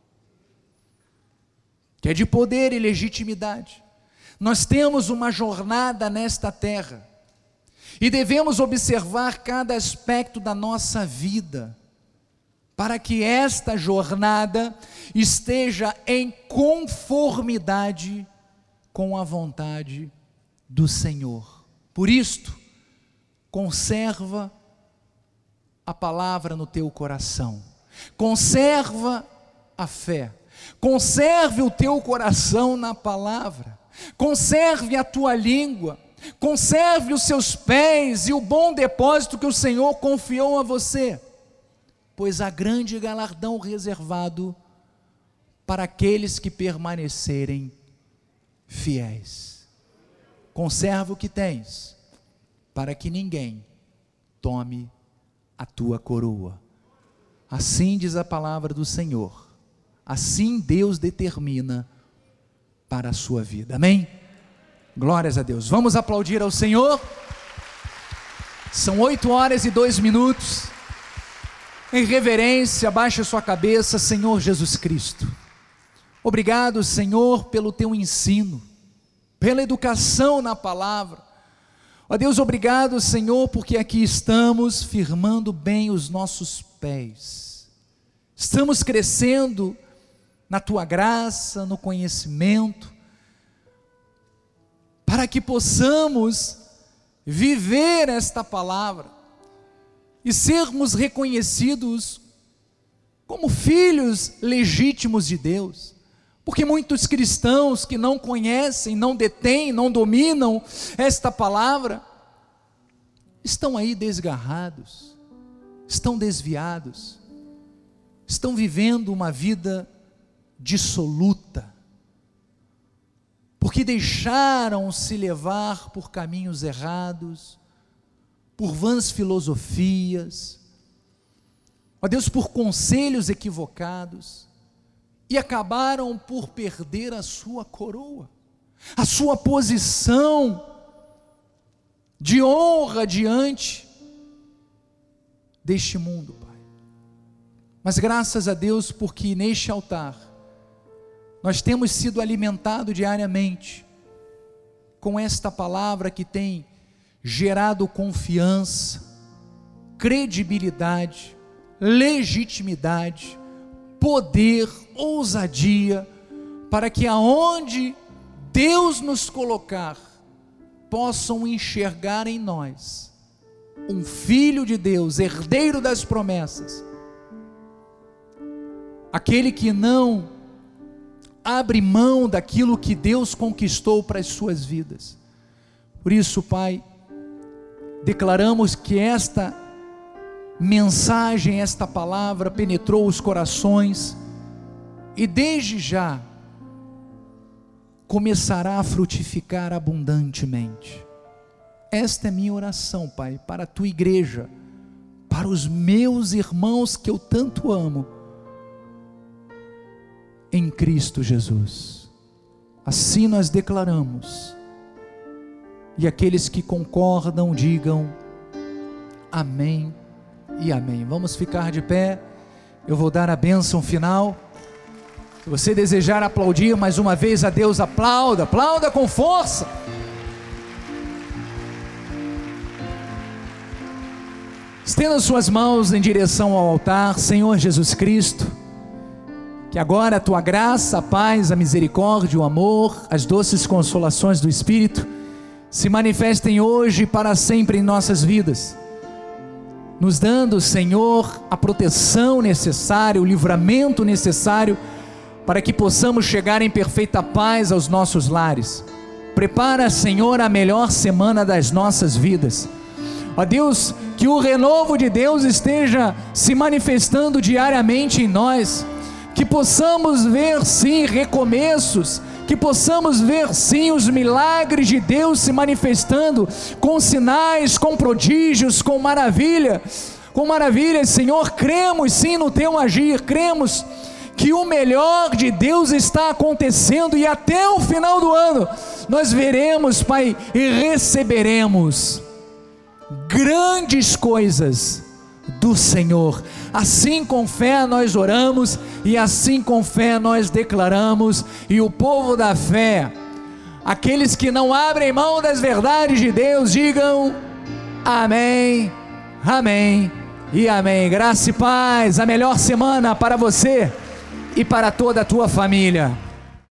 Speaker 1: que é de poder e legitimidade. Nós temos uma jornada nesta terra, e devemos observar cada aspecto da nossa vida, para que esta jornada esteja em conformidade com a vontade do Senhor. Por isto, conserva a palavra no teu coração, conserva a fé, conserve o teu coração na palavra, conserve a tua língua, conserve os seus pés e o bom depósito que o Senhor confiou a você, pois há grande galardão reservado para aqueles que permanecerem fiéis. Conserva o que tens, para que ninguém tome a tua coroa. Assim diz a palavra do Senhor, assim Deus determina para a sua vida, amém? Glórias a Deus. Vamos aplaudir ao Senhor. São oito horas e dois minutos. Em reverência, abaixe a sua cabeça. Senhor Jesus Cristo, obrigado, Senhor, pelo teu ensino, pela educação na palavra. Ó Deus, obrigado, Senhor, porque aqui estamos firmando bem os nossos pés, estamos crescendo na tua graça, no conhecimento, para que possamos viver esta palavra e sermos reconhecidos como filhos legítimos de Deus, porque muitos cristãos que não conhecem, não detêm, não dominam esta palavra, estão aí desgarrados, estão desviados, estão vivendo uma vida dissoluta, porque deixaram se levar por caminhos errados, por vãs filosofias, ó Deus, por conselhos equivocados, e acabaram por perder a sua coroa, a sua posição de honra diante deste mundo, Pai. Mas graças a Deus, porque neste altar nós temos sido alimentados diariamente com esta palavra que tem gerado confiança, credibilidade, legitimidade, poder, ousadia, para que aonde Deus nos colocar, possam enxergar em nós um filho de Deus, herdeiro das promessas, aquele que não abre mão daquilo que Deus conquistou para as suas vidas. Por isso, Pai, declaramos que esta mensagem, esta palavra penetrou os corações e desde já começará a frutificar abundantemente. Esta é minha oração, Pai, para a tua igreja, para os meus irmãos que eu tanto amo, em Cristo Jesus. Assim nós declaramos, e aqueles que concordam digam amém e amém. Vamos ficar de pé, eu vou dar a bênção final. Se você desejar aplaudir mais uma vez a Deus, aplauda, aplauda com força. Estenda suas mãos em direção ao altar. Senhor Jesus Cristo, que agora a tua graça, a paz, a misericórdia, o amor, as doces consolações do Espírito se manifestem hoje e para sempre em nossas vidas, nos dando, Senhor, a proteção necessária, o livramento necessário, para que possamos chegar em perfeita paz aos nossos lares. Prepara, Senhor, a melhor semana das nossas vidas. Ó Deus, que o renovo de Deus esteja se manifestando diariamente em nós, que possamos ver sim recomeços, que possamos ver sim os milagres de Deus se manifestando, com sinais, com prodígios, com maravilha, com maravilhas, Senhor. Cremos sim no teu agir, cremos que o melhor de Deus está acontecendo, e até o final do ano, nós veremos, Pai, e receberemos grandes coisas do Senhor. Assim com fé nós oramos, e assim com fé nós declaramos, e o povo da fé, aqueles que não abrem mão das verdades de Deus, digam amém, amém e amém. Graça e paz, a melhor semana para você e para toda a tua família.